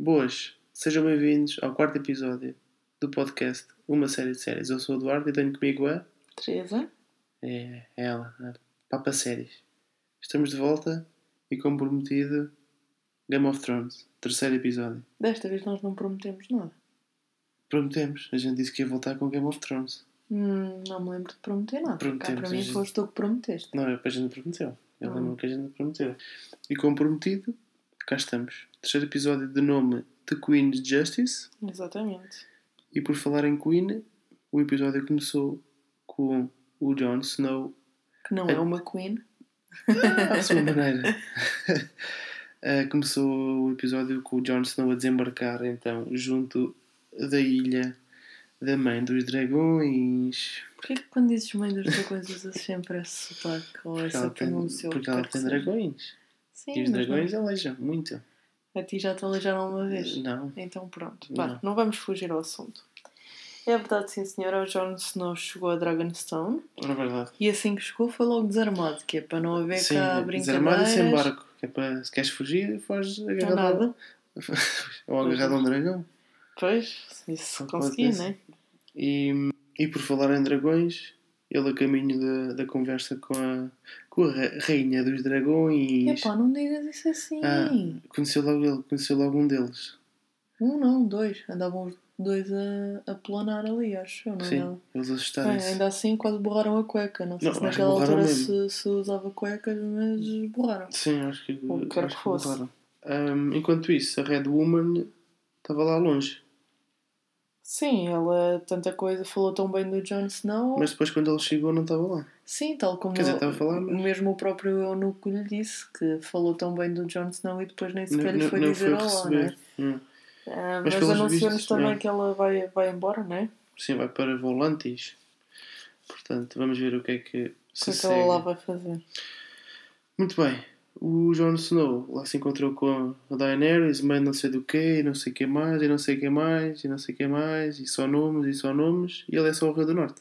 Boas, sejam bem-vindos ao quarto episódio do podcast Uma Série de Séries. Eu sou o Eduardo e tenho comigo a... Teresa. É ela, a Papa Séries. Estamos de volta e, como prometido, Game of Thrones, terceiro episódio. Desta vez nós não prometemos nada. Prometemos, a gente disse que ia voltar com Game of Thrones. Não me lembro de prometer nada. Prometemos, Cá para mim gente... foste tu que prometeste. Não, a gente prometeu. Eu lembro que a gente prometeu. E como prometido, cá estamos. Terceiro episódio de nome The Queen's Justice. Exatamente. E por falar em Queen, o episódio começou com o Jon Snow. Que não é uma Queen. À sua maneira. Começou o episódio com o Jon Snow a desembarcar, então, junto da ilha da Mãe dos Dragões. Porquê que quando dizes Mãe dos Dragões usas sempre esse sotaque ou essa pronúncia? Porque ela tem dragões. Sim, e os dragões não. alejam muito. A ti já te alejaram uma vez? Não. Então pronto. Não. Não vamos fugir ao assunto. É verdade, sim senhora, o Jon Snow chegou a Dragonstone. É verdade. E assim que chegou foi logo desarmado, que é para não haver Sim, cá brincadeiras. desarmado e sem barco. Que é para, se queres fugir, foges agarrado. Nada. Ou agarrado a um dragão. Pois, isso consegui, não é? E por falar em dragões, ele a caminho da conversa com a rainha dos dragões. Epá, não digas isso assim. Conheceu logo um deles. Não, dois. Andavam os dois a planar ali, acho eu, não é? Sim, eles assustaram-se. Ainda assim quase borraram a cueca. Não sei se naquela altura se usava cuecas, mas borraram. Sim, acho que fosse. borraram. Enquanto isso, a Red Woman estava lá longe. Sim, ela tanta coisa falou tão bem do Jon Snow. Mas depois quando ele chegou não estava lá. Sim, tal como estava a falar, mas... mesmo o próprio eunuco lhe disse que falou tão bem do Jon Snow e depois nem sequer lhe foi dizer olá, não é? Mas anunciou-nos também que ela vai embora, não é? Sim, vai para Volantis. Portanto, vamos ver o que é que se segue. Ela lá vai fazer. Muito bem. O Jon Snow lá se encontrou com a Daenerys, mas não sei do quê, e não sei o que mais, e não sei o que mais, e não sei o que mais, e só nomes, e ele é só o Rei do Norte.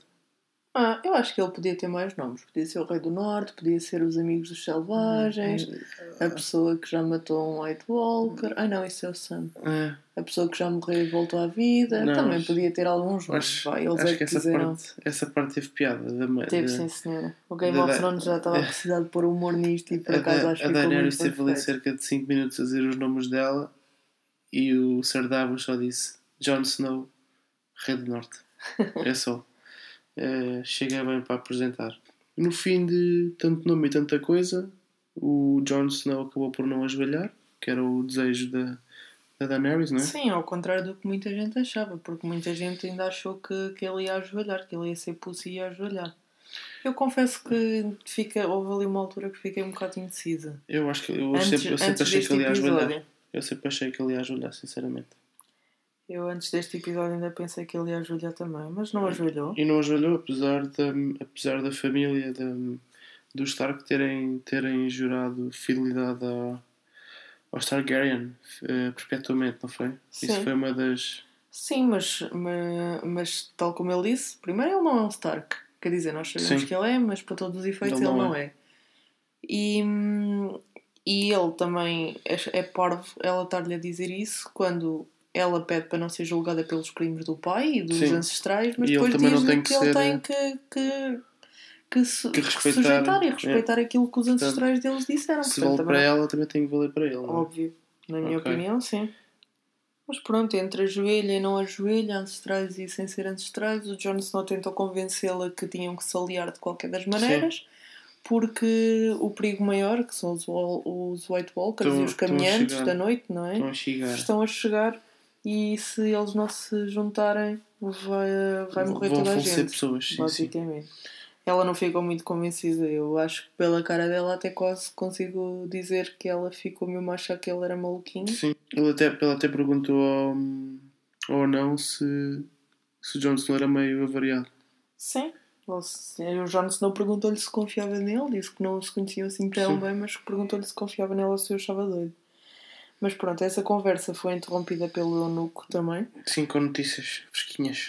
Eu acho que ele podia ter mais nomes. Podia ser o Rei do Norte, podia ser os Amigos dos Selvagens, a pessoa que já matou um White Walker. Não, isso é o Sam. A pessoa que já morreu e voltou à vida. Não, também podia ter alguns nomes. Acho que essa parte teve piada. Teve, sim senhora. O Game of Thrones já estava a precisar de pôr humor nisto e por acaso acho que ficou muito perfeito. A Daenerys teve ali cerca de 5 minutos a dizer os nomes dela e o Sir Davos só disse Jon Snow, Rei do Norte. É só. Chega bem para apresentar. No fim de tanto nome e tanta coisa, o Jon Snow acabou por não ajoelhar, que era o desejo da Daenerys, não é? Sim, ao contrário do que muita gente achava, porque muita gente ainda achou que ele ia ajoelhar, que ele ia ser pussy e ia ajoelhar. Eu confesso que houve ali uma altura que fiquei um bocado indecisa. Eu sempre achei que ele ia ajoelhar. Eu sempre achei que ele ia ajoelhar, sinceramente. Eu antes deste episódio ainda pensei que ele ia ajoelhar também, mas não ajoelhou. E não ajoelhou, apesar da família do Stark terem jurado fidelidade aos Targaryen perpetuamente, não foi? Sim. Isso foi uma das... Sim, mas tal como ele disse, primeiro ele não é um Stark. Quer dizer, nós sabemos que ele é, mas para todos os efeitos ele não é. E ele também é parvo ela estar-lhe a dizer isso quando... Ela pede para não ser julgada pelos crimes do pai e dos ancestrais, mas depois diz-lhe que ele tem que sujeitar e respeitar aquilo que os ancestrais deles disseram. Se vale para ela, também tem que valer para ele. Óbvio. Na minha opinião, sim. Mas pronto, entre ajoelha e não ajoelha, ancestrais e sem ser ancestrais, o Jon Snow tentou convencê-la que tinham que se aliar de qualquer das maneiras, porque o perigo maior, que são os White Walkers e os caminhantes da noite, não é? Estão a chegar. E se eles não se juntarem, vai morrer toda a gente. Vão ser pessoas, basicamente. Sim. Ela não ficou muito convencida. Eu acho que pela cara dela até quase consigo dizer que ela ficou mesmo a achar que ele era maluquinho. Sim, ele até perguntou ao não se o Jon Snow era meio avariado. Sim. O Jon Snow perguntou-lhe se confiava nele. Disse que não se conheciam assim tão bem, mas perguntou-lhe se confiava nele ou se eu achava doido. Mas pronto, essa conversa foi interrompida pelo eunuco também. Sim, com notícias fresquinhas.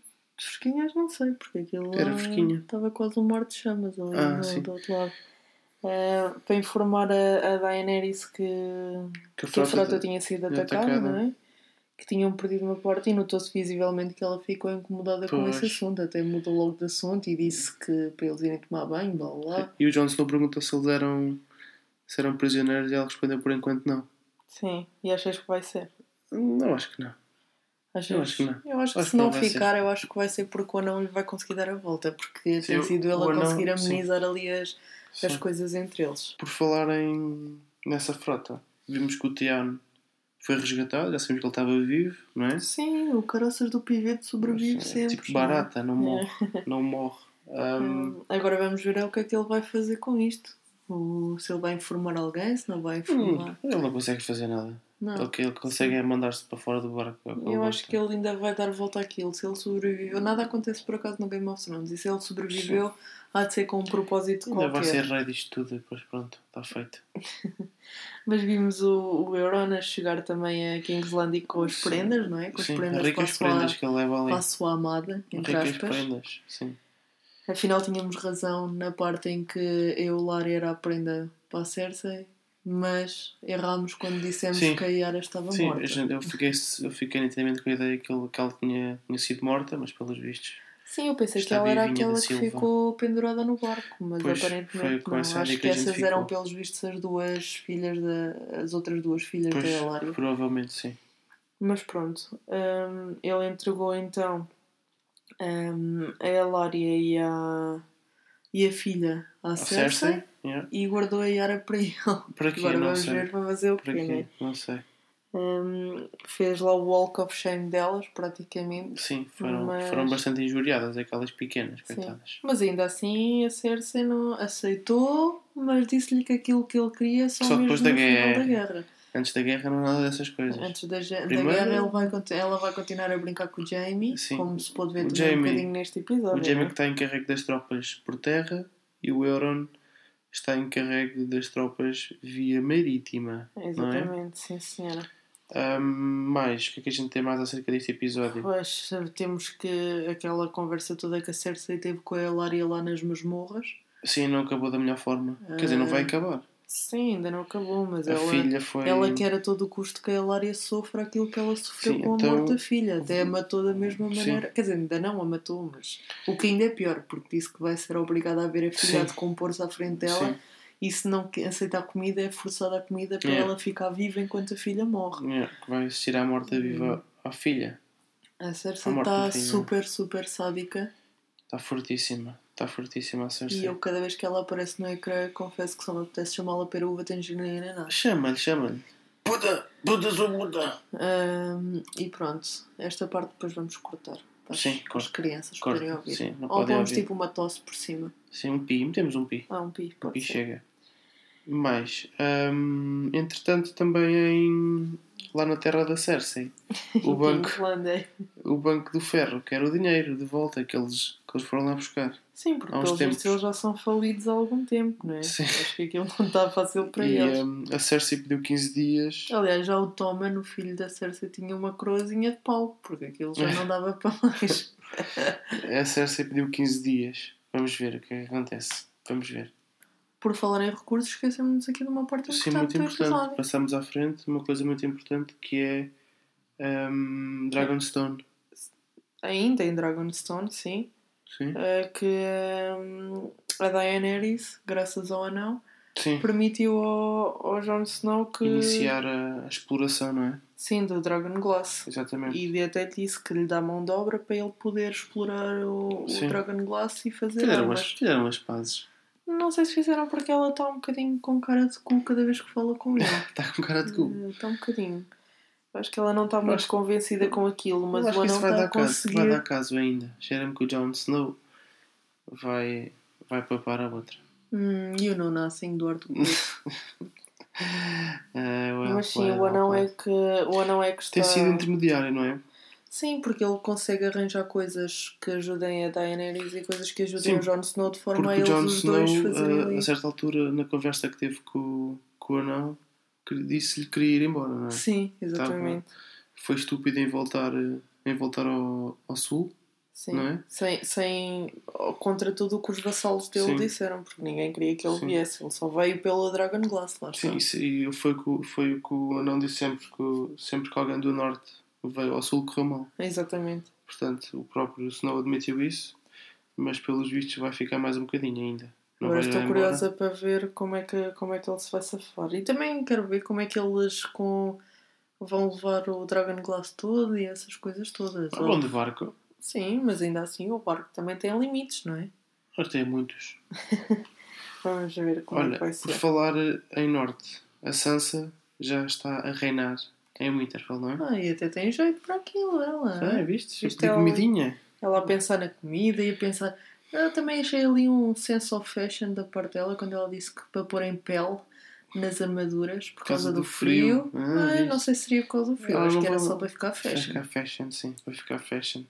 Fresquinhas não sei, porque aquilo era fresquinha. Estava quase um mar de chamas ali do outro lado. para informar a Daenerys que a frota tinha sido atacada, não é? Que tinham perdido uma parte e notou-se visivelmente que ela ficou incomodada com esse assunto. Até mudou logo de assunto e disse que para eles irem tomar banho, blá blá. E o Jon Snow perguntou se eles eram prisioneiros e ela respondeu por enquanto não. Sim, e achas que vai ser? Não, acho que não. Eu acho que não. Eu acho que se não ficar, eu acho que vai ser porque o anão lhe vai conseguir dar a volta, porque tem sido ele a conseguir amenizar ali as coisas entre eles. Por falar nessa frota, vimos que o Theon foi resgatado, já sabemos que ele estava vivo, não é? Sim, o caroças do pivete sobrevive sempre. Tipo barata, não morre. Não morre. Agora vamos ver o que é que ele vai fazer com isto. Se ele vai informar alguém, se não vai informar. Ele não consegue fazer nada. Não. O que ele consegue é mandar-se para fora do barco. Eu acho que ele ainda vai dar volta àquilo. Se ele sobreviveu, nada acontece por acaso no Game of Thrones. E se ele sobreviveu, há de ser com um propósito ainda qualquer. Vai ser rei disto tudo e depois pronto, está feito. Mas vimos o Euron a chegar também a King's Landing com as prendas, não é? Com as prendas ricas prendas que ele leva ali. Para a sua amada, entre aspas. Ricas prendas, sim. Afinal tínhamos razão na parte em que Eolária era a prenda para a Cersei, mas errámos quando dissemos que a Yara estava morta. Eu fiquei nitidamente com a ideia que ela tinha sido morta, mas pelos vistos... Sim, eu pensei que ela era aquela que ficou pendurada no barco, mas aparentemente não. Acho que essas eram pelos vistos as duas filhas as outras duas filhas da Eolária. Provavelmente sim. Mas pronto, ele entregou então a Eolária e a filha à Cersei e guardou a Yara para ele. Agora vamos ver para fazer o quê, né? Não sei. Fez lá o walk of shame delas, praticamente. Sim, foram bastante injuriadas, aquelas pequenas, coitadas. Mas ainda assim a Cersei não aceitou, mas disse-lhe que aquilo que ele queria só mesmo depois no final da guerra. Antes da guerra não há nada dessas coisas. Antes da guerra ela vai continuar a brincar com o Jaime, como se pode ver também um bocadinho neste episódio. O Jaime que está encarregue das tropas por terra e o Euron está encarregue das tropas via marítima. Exatamente, não é? Sim senhora. Mais, o que é que a gente tem mais acerca deste episódio? Pois, temos que aquela conversa toda que a Cersei teve com a Ellaria lá nas masmorras. Sim, não acabou da melhor forma. Quer dizer, não vai acabar. Sim, ainda não acabou, mas filha ela quer a todo o custo que a Ellaria sofra aquilo que ela sofreu com a morte da filha. Até a matou da mesma maneira. Quer dizer, ainda não a matou, mas o que ainda é pior, porque disse que vai ser obrigada a ver a filha a decompor-se à frente dela. E se não aceitar comida, é forçada a comida para ela ficar viva enquanto a filha morre. Que vai assistir à morte viva à filha. A Cersei está super, super sádica. Está fortíssima a Cersei. E eu, cada vez que ela aparece no ecrã, confesso que só me apetece chamá-la peruva, tangerina nada. Chama-lhe. Puta, sua puta! E pronto, esta parte depois vamos cortar. Para as crianças corta, poderem ouvir. Sim, ou vamos tipo uma tosse por cima. Sim, um pi. Metemos um pi. Um pi, pode pi ser. chega. Mais, entretanto também lá na terra da Cersei, o banco do ferro quer o dinheiro de volta que eles foram lá buscar. Sim, porque pelos vistos eles já são falidos há algum tempo, não é? Sim. Acho que aquilo não está fácil para eles. A Cersei pediu 15 dias. Aliás, já o Tommen, o filho da Cersei, tinha uma coroazinha de pau, porque aquilo já não dava para mais. A Cersei pediu 15 dias. Vamos ver o que é que acontece. Vamos ver. Por falar em recursos, esquecemos aqui de uma parte importante. Sim, muito importante. Passamos à frente uma coisa muito importante que é Dragonstone. Ainda em Dragonstone, sim. Que a Daenerys, graças ao anão, permitiu ao Jon Snow que... iniciar a exploração, não é? Sim, do Dragon Glass. Exatamente. E até disse que lhe dá mão de obra para ele poder explorar o Dragon Glass e fazer fizeram as pazes. Não sei se fizeram porque ela está um bocadinho com cara de cu cada vez que fala com ele. Está com cara de cu. Está um bocadinho. Acho que ela não está muito convencida com aquilo, mas o anão está a conseguir... vai dar caso ainda. Cheira-me que o Jon Snow vai papar a outra. You know nothing do artigo. Mas sim, o anão é que está... Tem sido intermediário, não é? Sim, porque ele consegue arranjar coisas que ajudem a Daenerys e coisas que ajudem o Jon Snow de forma a eles os dois fazerem... a certa altura, na conversa que teve com o anão, disse-lhe que queria ir embora, não é? Sim, exatamente. Foi estúpido em voltar ao sul. Sim. Não é? Sem, contra tudo o que os vassalos dele disseram, porque ninguém queria que ele viesse. Ele só veio pela Dragon Glass, lá está. Sim, e foi o que o Anão disse sempre, sempre que alguém do Norte veio ao Sul correu mal. Exatamente. Portanto, o próprio Snow admitiu isso, mas pelos vistos vai ficar mais um bocadinho ainda. Não Agora vai estou já curiosa embora. para ver como é que ele se vai safar. E também quero ver como é que eles vão levar o Dragon Glass todo e essas coisas todas. Vão de barco. Sim, mas ainda assim o barco também tem limites, não é? Mas tem muitos. Vamos ver como é que vai ser. Por falar em Norte, a Sansa já está a reinar em Winterfell, não é? E até tem jeito para aquilo, ela. Viste? Viste Ela, comidinha. Ela a pensar na comida e a pensar... Eu também achei ali um sense of fashion da parte dela quando ela disse que para pôr em pele nas armaduras por causa do frio. Não sei se seria por causa do frio. Acho que era só para ficar fashion. Para ficar fashion, sim. Para ficar fashion.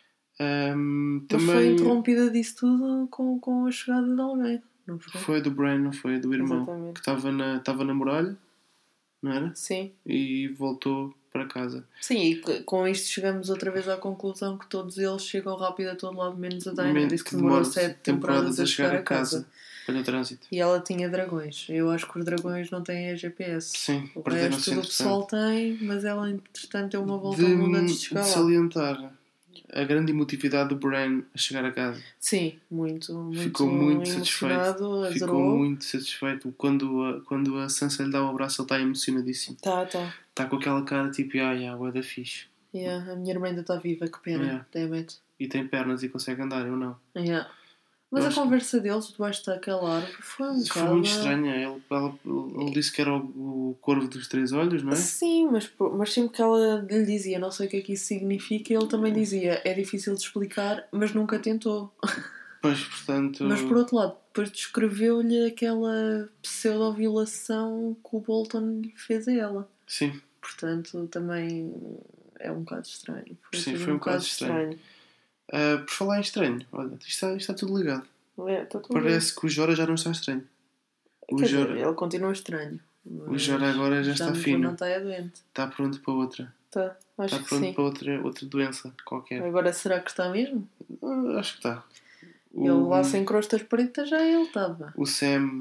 Mas também... foi interrompida disso tudo com a chegada de alguém, não foi? Foi do Bran, não foi? Do irmão. Exatamente. Que estava na muralha, não era? Sim. E voltou para casa. Sim, e com isto chegamos outra vez à conclusão que todos eles chegam rápido a todo lado, menos a Daenerys, que demorou 7 temporadas a chegar a casa. Pelo trânsito. E ela tinha dragões. Eu acho que os dragões não têm GPS. Sim, o resto do pessoal tem, mas ela entretanto deu uma volta ao mundo antes de chegar lá. De salientar a grande emotividade do Bran a chegar a casa. Sim, muito Ficou muito emocionado, satisfeito. Ficou muito satisfeito. Quando a Sansa lhe dá o abraço, ele está emocionadíssimo. Está com aquela cara tipo, ué da fixe. A minha irmã ainda está viva, que pena. Damn it. E tem pernas e consegue andar, eu não. Mas a conversa deles debaixo daquela árvore foi um bocado... Foi muito estranha. Ele disse que era o corvo dos 3 olhos, não é? Sim, mas sempre que ela lhe dizia não sei o que é que isso significa, ele também dizia é difícil de explicar, mas nunca tentou. Pois, portanto... Mas por outro lado, depois descreveu-lhe aquela pseudo-violação que o Bolton lhe fez a ela. Sim. Portanto, também é um bocado estranho. Foi um bocado estranho. Por falar em estranho, olha, isto está tudo ligado. Está tudo Parece que o Jorah já não está estranho. Ele continua estranho. O Jorah agora já está fino. Não está doente. Está pronto para outra. Acho está pronto para outra doença qualquer. Agora será que está mesmo? Acho que está. Ele lá sem crostas pretas já ele estava. O Sam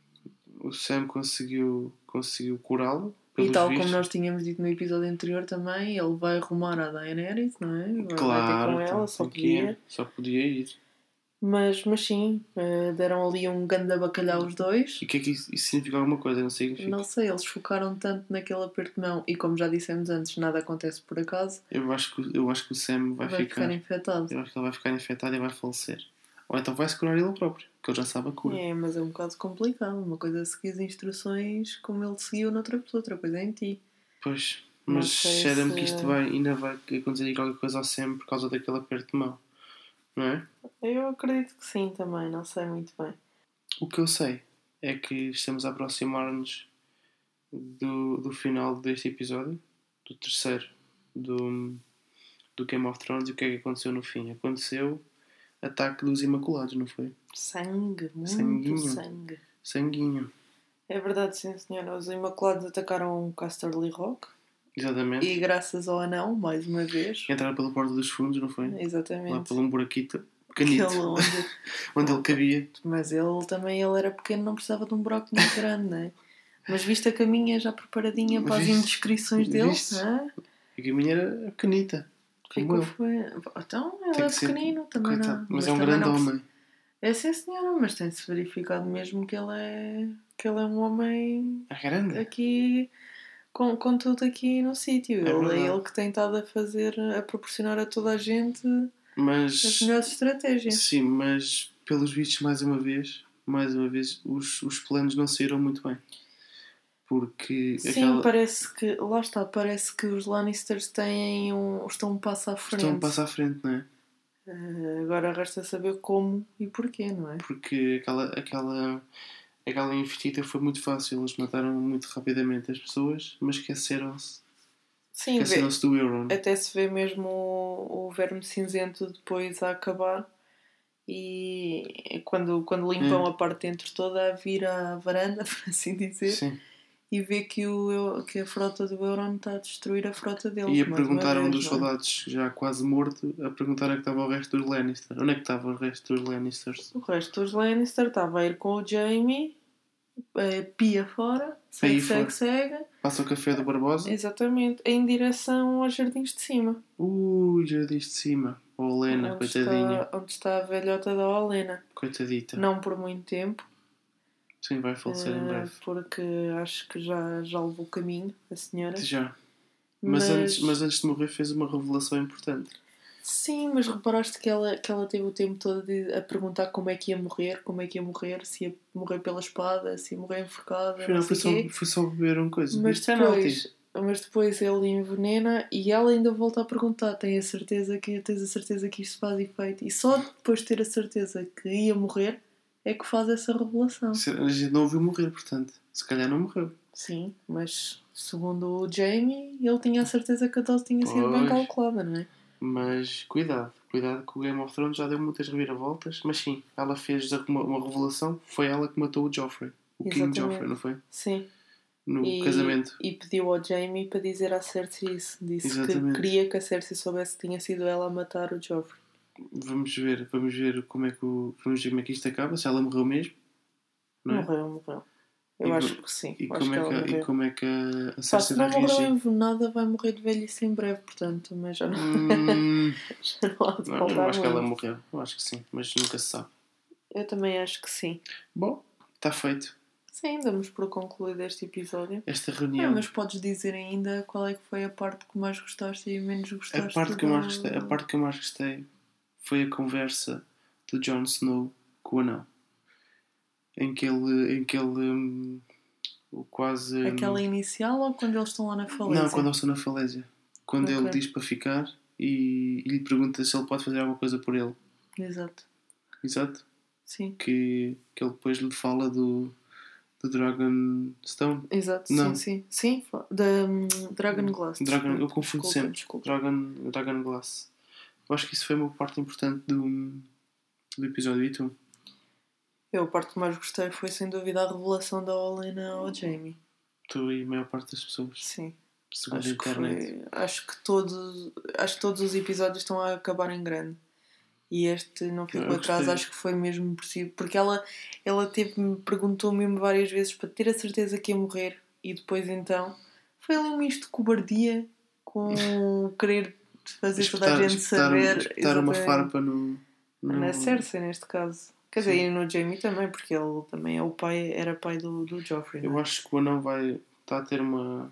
conseguiu curá-lo. E tal como nós tínhamos dito no episódio anterior também, ele vai arrumar a Daenerys, não é? Vai ter com ela, só podia ir. Mas sim, deram ali um ganda bacalhau os dois. E o que é que isso significa alguma coisa? Não significa? Não sei, eles focaram tanto naquele aperto de mão. E como já dissemos antes, nada acontece por acaso. Eu acho que o Sam vai ficar infectado. Eu acho que ele vai ficar infectado e vai falecer. Ou então vai-se curar ele próprio, que ele já sabe a cura. Mas é um bocado complicado. Uma coisa é seguir as instruções como ele seguiu noutra pessoa, outra coisa é em ti. Pois, mas cheira-me que isto ainda vai acontecer qualquer coisa ao Sam por causa daquele aperto de mão. Não é? Eu acredito que sim também, não sei muito bem. O que eu sei é que estamos a aproximar-nos do final deste episódio, do terceiro do Game of Thrones. E o que é que aconteceu no fim? Aconteceu ataque dos Imaculados, não foi? Sangue, muito sangue. Sanguinho. É verdade, sim senhora. Os Imaculados atacaram Casterly Rock. Exatamente. E graças ao anão, mais uma vez. Entraram pela porta dos fundos, não foi? Exatamente. Lá por um buraquito pequenito. onde ele cabia. Mas ele também era pequeno, não precisava de um buraco muito grande, não é? Mas viste a caminha já preparadinha para as indiscrições dele? A caminha era pequenita. Então, ele é pequenino, também não. Mas é um grande homem. É sim, senhora, mas tem-se verificado mesmo que ele é um homem... É grande. Aqui... Com tudo aqui no sítio. É ele que tem estado a proporcionar a toda a gente as melhores estratégias. Sim, mas pelos vistos, mais uma vez, os planos não saíram muito bem. Porque sim, parece que os Lannisters estão um passo à frente. Estão um passo à frente, não é? Agora resta saber como e porquê, não é? Porque aquela investida foi muito fácil. Eles mataram muito rapidamente as pessoas, mas esqueceram-se. Sim, esqueceram-se do Euron. Até se vê mesmo o verme cinzento depois a acabar. E quando limpam a parte de dentro toda, a vir à varanda, por assim dizer. Sim. e vê que a frota do Euron está a destruir a frota deles. E a perguntar a um vez, dos soldados já quase morto, a perguntar a que estava o resto dos Lannister. Onde é que estava o resto dos Lannisters? O resto dos Lannister estava a ir com o Jaime, pia fora, segue. Passa o café do Barbosa. Exatamente, em direção aos jardins de cima. Jardins de cima. A Olenna, coitadinha. Onde está a velhota da Olenna. Coitadita. Não por muito tempo. Sim, vai falecer em breve. Porque acho que já levou o caminho, a senhora. Já. Mas antes de morrer fez uma revelação importante. Sim, mas reparaste que ela teve o tempo todo a perguntar como é que ia morrer, se ia morrer pela espada, se ia morrer enforcada, não sei foi só beber uma coisa. Mas depois ele envenena e ela ainda volta a perguntar: tens a certeza que isto faz efeito? E só depois de ter a certeza que ia morrer é que faz essa revelação. A gente não o viu morrer, portanto, se calhar não morreu. Sim, mas segundo o Jaime, ele tinha a certeza que a dose tinha sido bem calculada, não é? Mas cuidado que o Game of Thrones já deu muitas reviravoltas. Mas sim, ela fez uma revelação. Foi ela que matou o Joffrey. King Joffrey, não foi? Sim. No casamento. E pediu ao Jaime para dizer à Cersei isso. Disse que queria que a Cersei soubesse que tinha sido ela a matar o Joffrey. Vamos ver como é que isto acaba. Se ela morreu mesmo. Não é? Morreu. Eu acho que sim. E como é que a Cersei se não morreu envenenada, vai morrer de velhice em breve, portanto, mas já não, já não há de não, eu acho que ela morreu. Eu acho que sim, mas nunca se sabe. Eu também acho que sim. Bom, está feito. Sim, damos por concluído este episódio. Esta reunião. Mas podes dizer ainda qual é que foi a parte que mais gostaste e menos gostaste. A parte que eu mais gostei foi a conversa do Jon Snow com o anão. Em que ele quase... Aquela inicial ou quando eles estão lá na falésia? Não, quando eles estão na falésia. Quando ele diz para ficar e lhe pergunta se ele pode fazer alguma coisa por ele. Exato? Sim. Que ele depois lhe fala do Dragonstone. Exato, não. Sim. Da Dragon Glass. Eu confundo sempre. Dragon Glass. Eu acho que isso foi uma parte importante do episódio. E tu? A parte que mais gostei foi sem dúvida a revelação da Olenna ao Jaime. Tu e a maior parte das pessoas. Sim. Segundo a internet. Acho que todos os episódios estão a acabar em grande. E este não ficou atrás, acho que foi mesmo possível. Porque ela perguntou-me várias vezes para ter a certeza que ia morrer. E depois então foi ali um misto de cobardia com querer fazer toda a gente saber. Espetar uma farpa na Cersei, neste caso. Quer dizer, e no Jaime também, porque ele também era pai do Joffrey. Eu acho que o anão está a ter uma.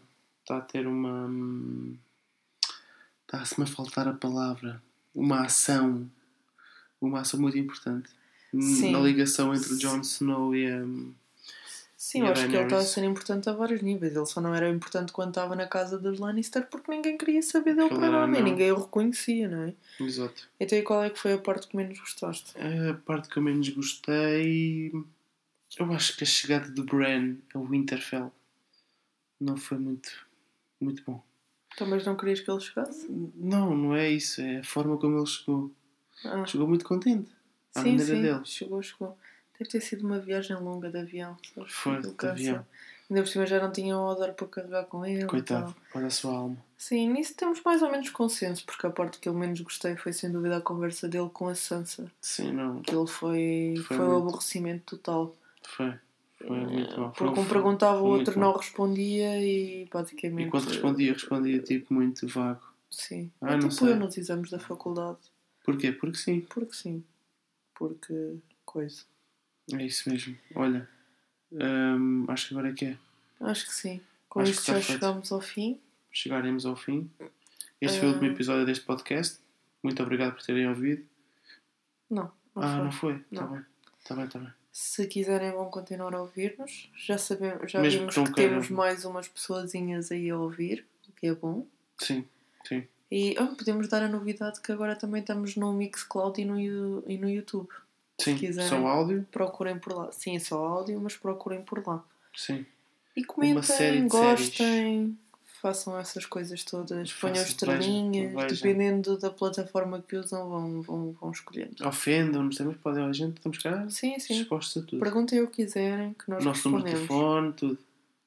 Está-se-me a faltar a palavra. Uma ação muito importante. Na ligação entre o Jon Snow e a. Sim, eu acho que ele está a ser importante a vários níveis. Ele só não era importante quando estava na casa dos Lannister porque ninguém queria saber dele para nada e ninguém o reconhecia, não é? Exato. Então, e qual é que foi a parte que menos gostaste? A parte que eu menos gostei... Eu acho que a chegada do Bran ao Winterfell não foi muito bom. Então, mas não querias que ele chegasse? Não é isso. É a forma como ele chegou. Chegou muito contente. À maneira dele. Chegou. Deve ter sido uma viagem longa de avião. Foi, de avião. Ainda por cima já não tinha o Odor para carregar com ele. Coitado, olha a sua alma. Sim, nisso temos mais ou menos consenso, porque a parte que eu menos gostei foi sem dúvida a conversa dele com a Sansa. Sim, não. Aquilo foi o aborrecimento total. Foi muito mal. Porque um perguntava, o outro não respondia e basicamente... E quando respondia tipo muito vago. Sim. Não sei. Eu nos exames da faculdade. Porquê? Porque sim. Porque coisa. É isso mesmo. Olha, acho que agora é que é. Acho que sim. Com isto já chegámos ao fim. Chegaremos ao fim. Este foi o último episódio deste podcast. Muito obrigado por terem ouvido. Não foi. Não foi? Está bem. Se quiserem vão continuar a ouvir-nos. Já vimos que temos mais umas pessoazinhas aí a ouvir, o que é bom. Sim. E podemos dar a novidade que agora também estamos no Mixcloud e no YouTube. Sim, quiserem, só áudio? Procurem por lá. Sim, só áudio, mas procurem por lá. Sim. E comentem, gostem, façam essas coisas todas, ponham estrelinhas, dependendo da plataforma que usam, vão escolhendo. Ofendam-nos também, podem a gente, estamos cá. Sim. Dispostos a tudo. Perguntem o que quiserem, que nós respondemos. Nosso número de telefone, tudo.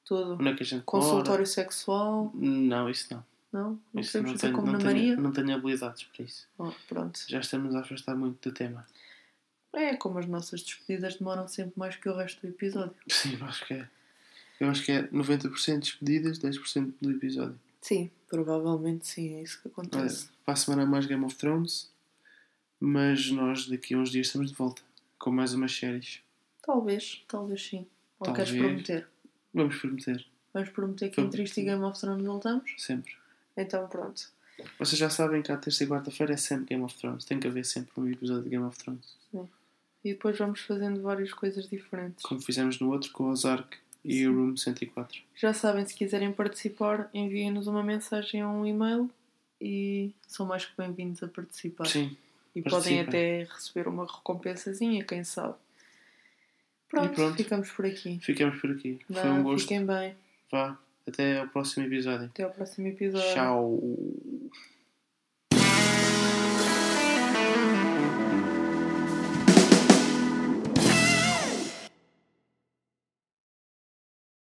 Tudo. Onde é que a gente Consultório mora. sexual. Não, isso não. Não? Não Isso podemos não fazer tenho, como não na tenho, Maria? não tenho habilidades para isso. Oh, pronto. Já estamos a afastar muito do tema. É como as nossas despedidas demoram sempre mais que o resto do episódio. Sim, eu acho que é 90% despedidas, 10% do episódio. Sim, provavelmente sim, é isso que acontece. Para a semana mais Game of Thrones, mas nós daqui a uns dias estamos de volta com mais umas séries. Talvez sim. Ou queres prometer? Vamos prometer. Vamos prometer que em Triste e Game of Thrones voltamos? Sempre. Então pronto. Vocês já sabem que à terça e quarta-feira é sempre Game of Thrones. Tem que haver sempre um episódio de Game of Thrones. Sim. E depois vamos fazendo várias coisas diferentes. Como fizemos no outro com o Ozark e o Room 104. Já sabem, se quiserem participar, enviem-nos uma mensagem ou um e-mail e são mais que bem-vindos a participar. Sim. E podem até receber uma recompensazinha, quem sabe. Pronto, ficamos por aqui. Ficamos por aqui. Foi um gosto. Fiquem bem. Vá, até ao próximo episódio. Até ao próximo episódio. Tchau.